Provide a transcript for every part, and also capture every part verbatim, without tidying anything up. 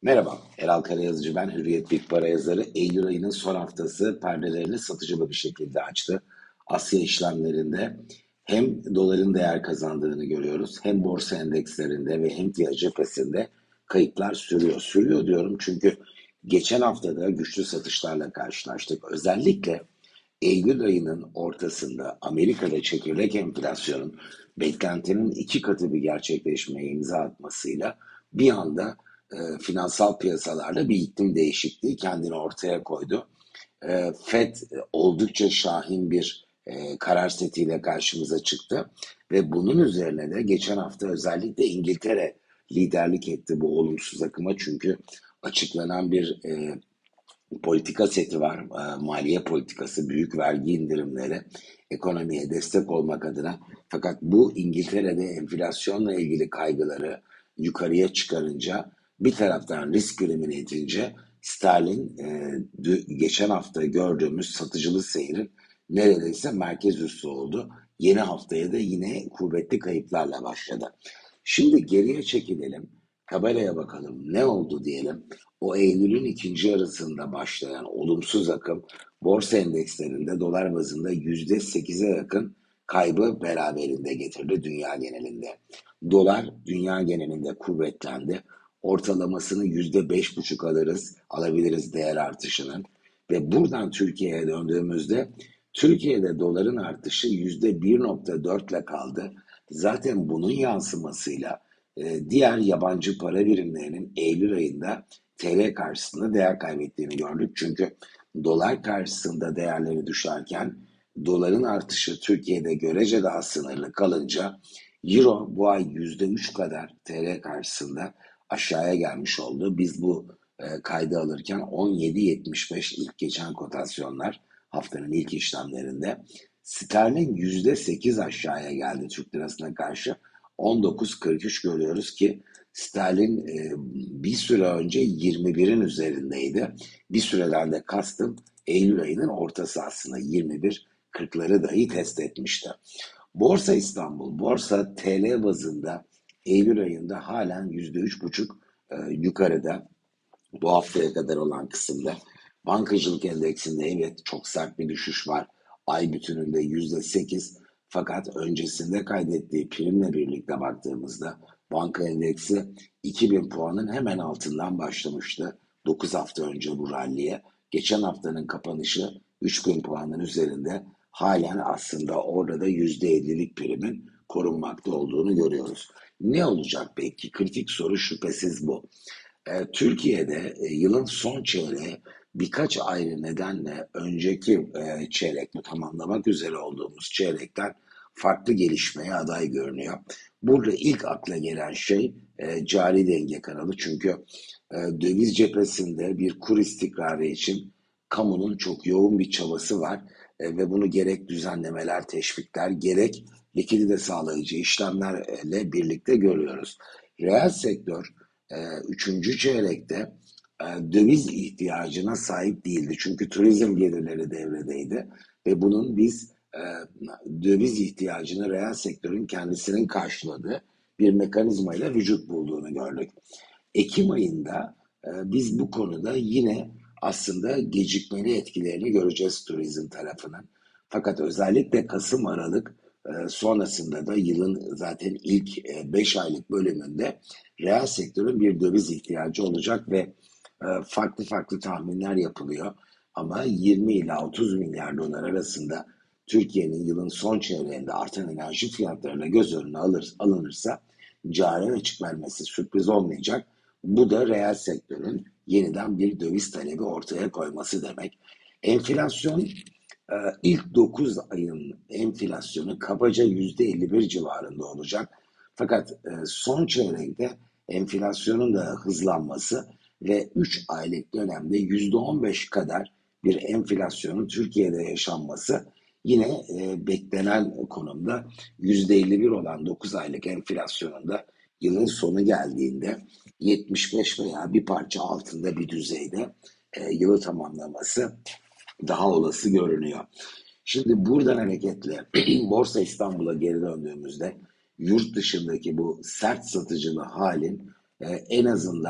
Merhaba, Eral Karayazıcı ben, Hürriyet Big Para yazarı. Eylül ayının son haftası perdelerini satıcılı bir şekilde açtı. Asya işlemlerinde hem doların değer kazandığını görüyoruz, hem borsa endekslerinde ve emtia cephesinde kayıplar sürüyor. Sürüyor diyorum çünkü geçen haftada güçlü satışlarla karşılaştık. Özellikle Eylül ayının ortasında Amerika'da çekirdek enflasyonun beklentinin iki katı bir gerçekleşmeye imza atmasıyla bir anda e, finansal piyasalarda bir iklim değişikliği kendini ortaya koydu. E, Fed oldukça şahin bir e, karar setiyle karşımıza çıktı ve bunun üzerine de geçen hafta özellikle İngiltere liderlik etti bu olumsuz akıma, çünkü açıklanan bir e, politika seti var. E, Maliye politikası, büyük vergi indirimleri, ekonomiye destek olmak adına. Fakat bu İngiltere'de enflasyonla ilgili kaygıları yukarıya çıkarınca, bir taraftan risk primini itince sterlin e, geçen hafta gördüğümüz satıcılı seyrin neredeyse merkez üssü oldu. Yeni haftaya da yine kuvvetli kayıplarla başladı. Şimdi geriye çekilelim, tabelaya bakalım, ne oldu diyelim. O Eylül'ün ikinci yarısında başlayan olumsuz akım borsa endekslerinde dolar bazında yüzde sekize yakın kaybı beraberinde getirdi dünya genelinde. Dolar dünya genelinde kuvvetlendi. Ortalamasını yüzde beş buçuk alırız, alabiliriz değer artışının. Ve buradan Türkiye'ye döndüğümüzde Türkiye'de doların artışı yüzde bir nokta dört ile kaldı. Zaten bunun yansımasıyla e, diğer yabancı para birimlerinin Eylül ayında T L karşısında değer kaybettiğini gördük. Çünkü dolar karşısında değerleri düşerken doların artışı Türkiye'de görece daha sınırlı kalınca Euro bu ay yüzde üç kadar T L karşısında aşağıya gelmiş oldu. Biz bu e, kaydı alırken on yedi yetmiş beş ilk geçen kotasyonlar haftanın ilk işlemlerinde. Sterlin yüzde sekiz aşağıya geldi Türk lirasına karşı. on dokuz kırk üç görüyoruz ki sterlin e, bir süre önce yirmi birin üzerindeydi. Bir süreden de kastım Eylül ayının ortası, aslında yirmi bir kırkları dahi test etmişti. Borsa İstanbul, borsa T L bazında Eylül ayında halen yüzde üç buçuk e, yukarıda, bu haftaya kadar olan kısımda. Bankacılık endeksinde evet çok sert bir düşüş var. Ay bütününde yüzde sekiz, fakat öncesinde kaydettiği primle birlikte baktığımızda banka endeksi iki bin puanın hemen altından başlamıştı. dokuz hafta önce bu ralliye. Geçen haftanın kapanışı üç bin puanın üzerinde. Halen aslında orada da yüzde ellilik primin korunmakta olduğunu görüyoruz. Ne olacak peki? Kritik soru şüphesiz bu. E, Türkiye'de e, yılın son çeyreği birkaç ayrı nedenle önceki e, çeyrekle tamamlamak üzere olduğumuz çeyrekten farklı gelişmeye aday görünüyor. Burada ilk akla gelen şey e, cari denge kanalı. Çünkü e, döviz cephesinde bir kur istikrarı için kamunun çok yoğun bir çabası var. E, ve bunu gerek düzenlemeler, teşvikler, gerek likidite sağlayıcı işlemlerle birlikte görüyoruz. Reel sektör e, üçüncü çeyrekte e, döviz ihtiyacına sahip değildi. Çünkü turizm gelirleri devredeydi ve bunun biz e, döviz ihtiyacını reel sektörün kendisinin karşıladığı bir mekanizmayla vücut bulduğunu gördük. Ekim ayında e, biz bu konuda yine aslında gecikmeli etkilerini göreceğiz turizm tarafının. Fakat özellikle Kasım Aralık e, sonrasında da yılın zaten ilk e, beş aylık bölümünde reel sektörün bir döviz ihtiyacı olacak ve e, farklı farklı tahminler yapılıyor. Ama yirmi ila otuz milyar dolar arasında Türkiye'nin yılın son çeyreğinde artan enerji fiyatlarıyla göz önüne alır, alınırsa cari açık vermesi sürpriz olmayacak. Bu da reel sektörün yeniden bir döviz talebi ortaya koyması demek. Enflasyon e, ilk dokuz ayın enflasyonu kabaca yüzde elli bir civarında olacak. Fakat e, son çeyrekte enflasyonun da hızlanması ve üç aylık dönemde yüzde on beş kadar bir enflasyonun Türkiye'de yaşanması yine e, beklenen konumda. yüzde elli bir olan dokuz aylık enflasyonunda yılın sonu geldiğinde yetmiş beş veya bir parça altında bir düzeyde e, yılı tamamlaması daha olası görünüyor. Şimdi buradan hareketle Borsa İstanbul'a geri döndüğümüzde yurt dışındaki bu sert satıcılı halin e, en azından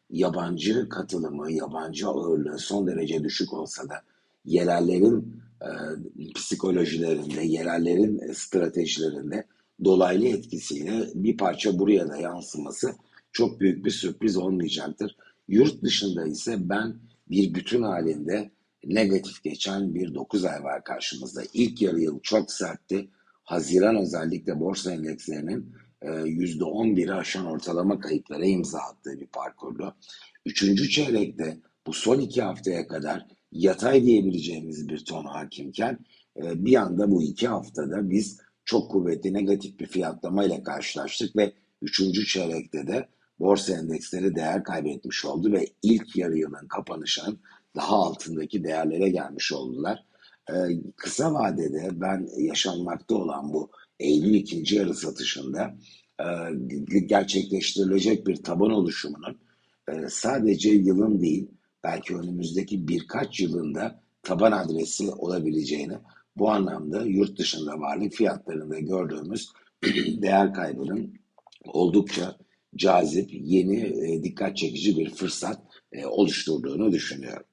yabancı katılımı, yabancı ağırlığı son derece düşük olsa da yerellerin e, psikolojilerinde, yerellerin e, stratejilerinde dolaylı etkisiyle bir parça buraya da yansıması çok büyük bir sürpriz olmayacaktır. Yurt dışında ise ben bir bütün halinde negatif geçen bir dokuz ay var karşımızda. İlk yarı yıl çok sertti. Haziran özellikle borsa endekslerinin yüzde on biri aşan ortalama kayıplara imza attığı bir parkurdu. Üçüncü çeyrekte bu son iki haftaya kadar yatay diyebileceğimiz bir ton hakimken e, bir anda bu iki haftada biz çok kuvvetli negatif bir fiyatlamayla karşılaştık ve üçüncü çeyrekte de borsa endeksleri değer kaybetmiş oldu ve ilk yarı yılın kapanışının daha altındaki değerlere gelmiş oldular. Ee, kısa vadede ben yaşanmakta olan bu Eylül ikinci yarı satışında e, gerçekleştirilecek bir taban oluşumunun e, sadece yılın değil belki önümüzdeki birkaç yılında taban adresi olabileceğini, bu anlamda yurt dışında varlık fiyatlarında gördüğümüz değer kaybının oldukça cazip, yeni, e, dikkat çekici bir fırsat e, oluşturduğunu düşünüyorum.